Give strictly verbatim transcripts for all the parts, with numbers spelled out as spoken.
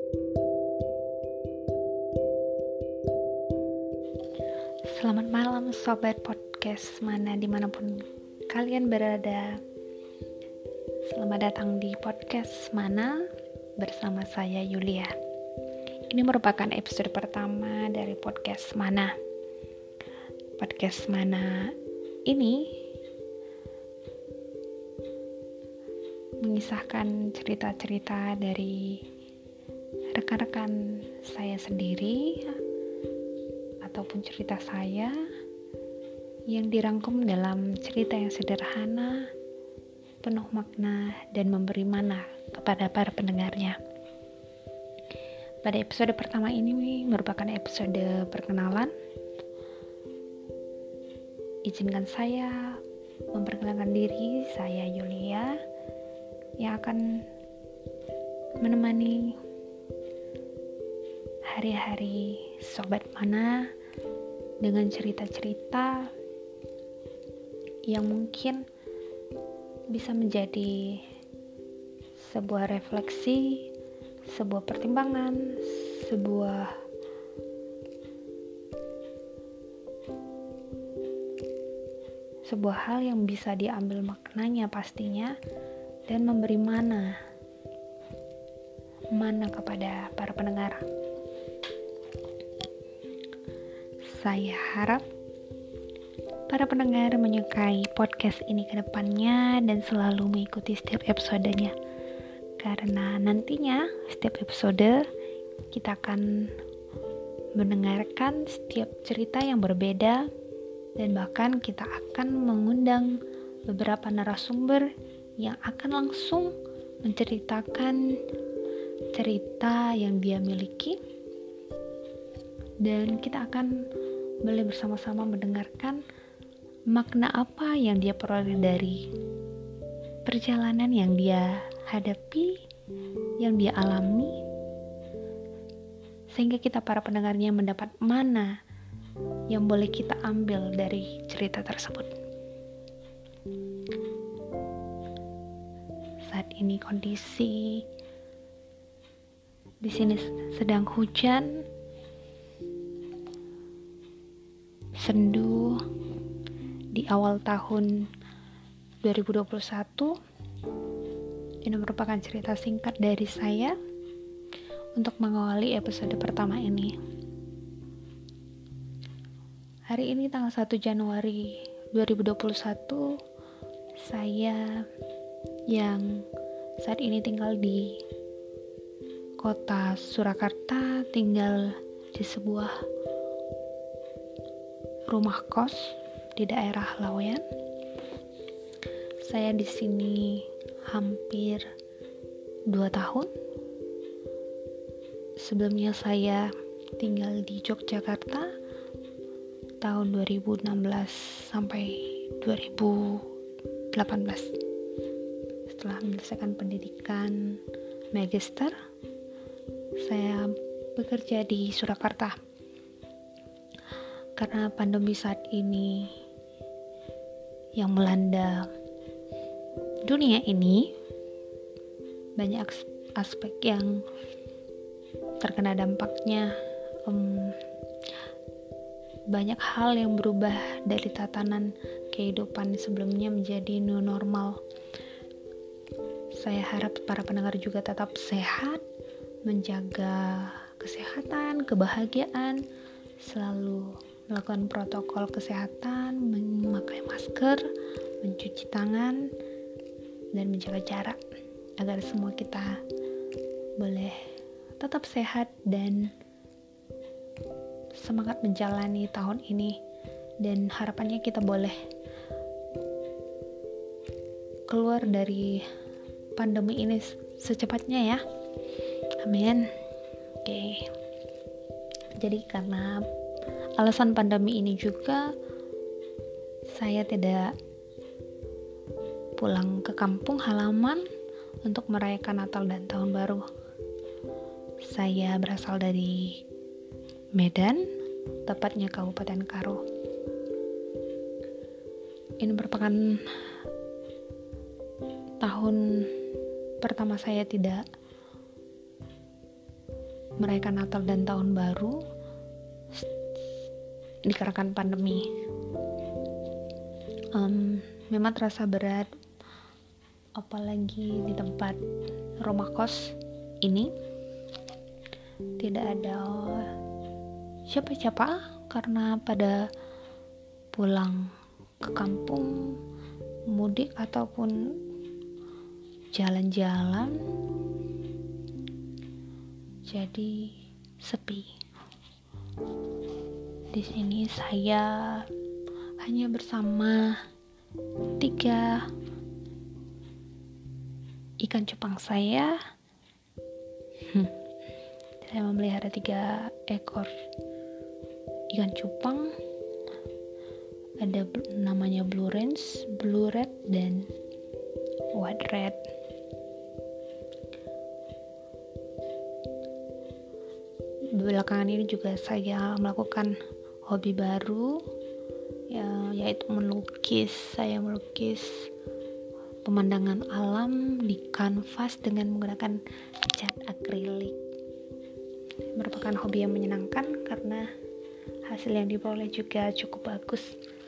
Selamat malam sobat podcast mana dimanapun kalian berada. Selamat datang di podcast mana bersama saya Yulia. Ini merupakan episode pertama dari podcast mana. Podcast mana ini mengisahkan cerita-cerita dari rekan-rekan saya sendiri ataupun cerita saya yang dirangkum dalam cerita yang sederhana, penuh makna dan memberi mana kepada para pendengarnya. Pada episode pertama ini merupakan episode perkenalan. Izinkan saya memperkenalkan diri, saya Yulia yang akan menemani hari-hari sobat mana dengan cerita-cerita yang mungkin bisa menjadi sebuah refleksi, sebuah pertimbangan, sebuah sebuah hal yang bisa diambil maknanya pastinya dan memberi mana mana kepada para pendengar. Saya harap para pendengar menyukai podcast ini ke depannya dan selalu mengikuti setiap episodenya. Karena nantinya setiap episode kita akan mendengarkan setiap cerita yang berbeda dan bahkan kita akan mengundang beberapa narasumber yang akan langsung menceritakan cerita yang dia miliki dan kita akan boleh bersama-sama mendengarkan makna apa yang dia peroleh dari perjalanan yang dia hadapi, yang dia alami, sehingga kita para pendengarnya mendapat mana yang boleh kita ambil dari cerita tersebut. Saat ini kondisi di sini sedang hujan, sendu di awal tahun dua ribu dua puluh satu. Ini merupakan cerita singkat dari saya untuk mengawali episode pertama ini. Hari ini tanggal satu Januari dua ribu dua puluh satu, saya yang saat ini tinggal di kota Surakarta, tinggal di sebuah rumah kos di daerah Laweyan. Saya di sini hampir dua tahun. Sebelumnya saya tinggal di Yogyakarta tahun dua ribu enam belas sampai dua ribu delapan belas. Setelah menyelesaikan pendidikan magister, saya bekerja di Surakarta. Karena pandemi saat ini yang melanda dunia ini, banyak aspek yang terkena dampaknya. Um, banyak hal yang berubah dari tatanan kehidupan sebelumnya menjadi new normal. Saya harap para pendengar juga tetap sehat, menjaga kesehatan, kebahagiaan, selalu melakukan protokol kesehatan, memakai masker, mencuci tangan, dan menjaga jarak agar semua kita boleh tetap sehat dan semangat menjalani tahun ini, dan harapannya kita boleh keluar dari pandemi ini secepatnya ya. Amin. Oke. Okay. Jadi karena alasan pandemi ini juga saya tidak pulang ke kampung halaman untuk merayakan Natal dan Tahun Baru. Saya berasal dari Medan, tepatnya Kabupaten Karo. Ini merupakan tahun pertama saya tidak merayakan Natal dan Tahun Baru dikarenakan pandemi. Um, memang terasa berat, apalagi di tempat rumah kos ini tidak ada siapa-siapa karena pada pulang ke kampung, mudik ataupun jalan-jalan, jadi sepi. Di sini saya hanya bersama tiga ikan cupang saya. Hmm. Saya memelihara tiga ekor ikan cupang. Ada namanya blue range, blue red, dan white red. Belakangan ini juga saya melakukan hobi baru, ya, yaitu melukis. Saya melukis pemandangan alam di kanvas dengan menggunakan cat akrilik. Merupakan hobi yang menyenangkan karena hasil yang diperoleh juga cukup bagus.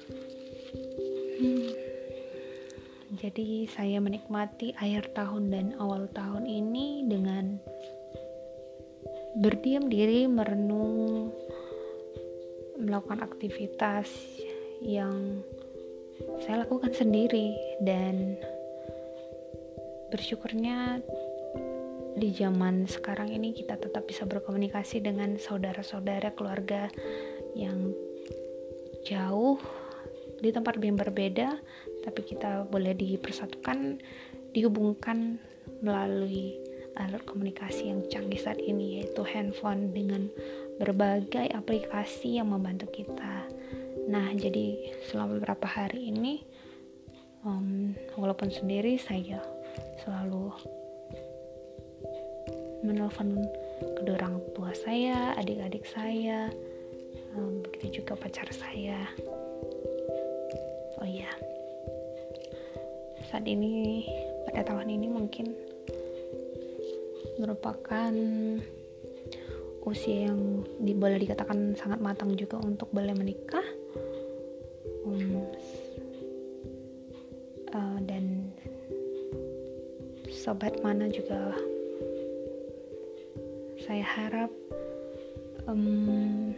Hmm. Jadi saya menikmati akhir tahun dan awal tahun ini dengan berdiam diri, merenung, melakukan aktivitas yang saya lakukan sendiri, dan bersyukurnya di zaman sekarang ini kita tetap bisa berkomunikasi dengan saudara-saudara, keluarga yang jauh di tempat yang berbeda, tapi kita boleh dipersatukan, dihubungkan melalui alat komunikasi yang canggih saat ini, yaitu handphone dengan berbagai aplikasi yang membantu kita. Nah, jadi selama beberapa hari ini, um, walaupun sendiri, saya selalu menelpon kedua orang tua saya, adik-adik saya, um, begitu juga pacar saya. Oh iya, saat ini, pada tahun ini mungkin merupakan usia yang di, boleh dikatakan sangat matang juga untuk boleh menikah. um, uh, dan sobat mana juga saya harap um,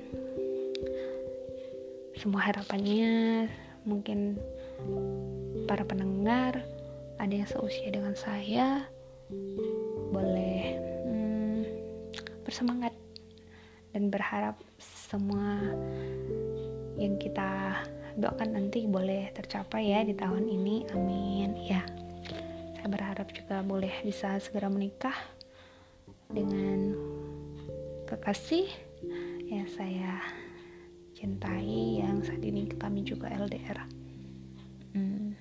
semua harapannya, mungkin para pendengar ada yang seusia dengan saya, boleh hmm, bersemangat dan berharap semua yang kita doakan nanti boleh tercapai ya di tahun ini, amin ya. Saya berharap juga boleh bisa segera menikah dengan kekasih yang saya cintai, yang saat ini kami juga L D R. hmm.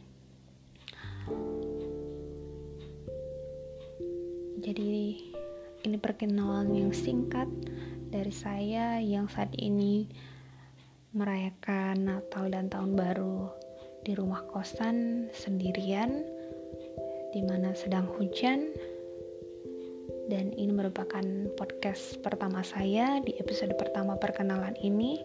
Jadi ini perkenalan yang singkat dari saya yang saat ini merayakan Natal dan Tahun Baru di rumah kosan sendirian, dimana sedang hujan. Dan ini merupakan podcast pertama saya di episode pertama perkenalan ini,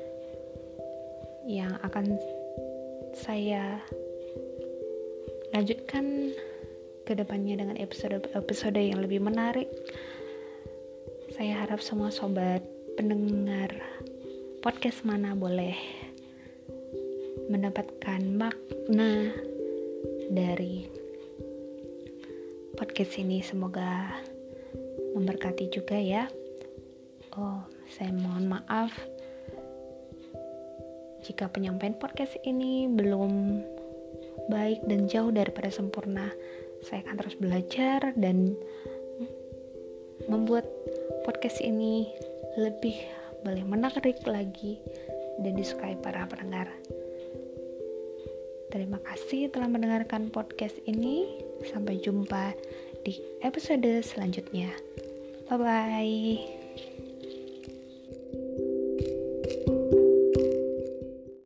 yang akan saya lanjutkan ke depannya dengan episode-episode yang lebih menarik. Saya harap semua sobat pendengar podcast mana boleh mendapatkan makna dari podcast ini. Semoga memberkati juga ya. Oh, saya mohon maaf jika penyampaian podcast ini belum baik dan jauh daripada sempurna. Saya akan terus belajar dan membuat podcast ini lebih boleh menarik lagi dan disukai para pendengar. Terima kasih telah mendengarkan podcast ini. Sampai jumpa di episode selanjutnya. Bye bye.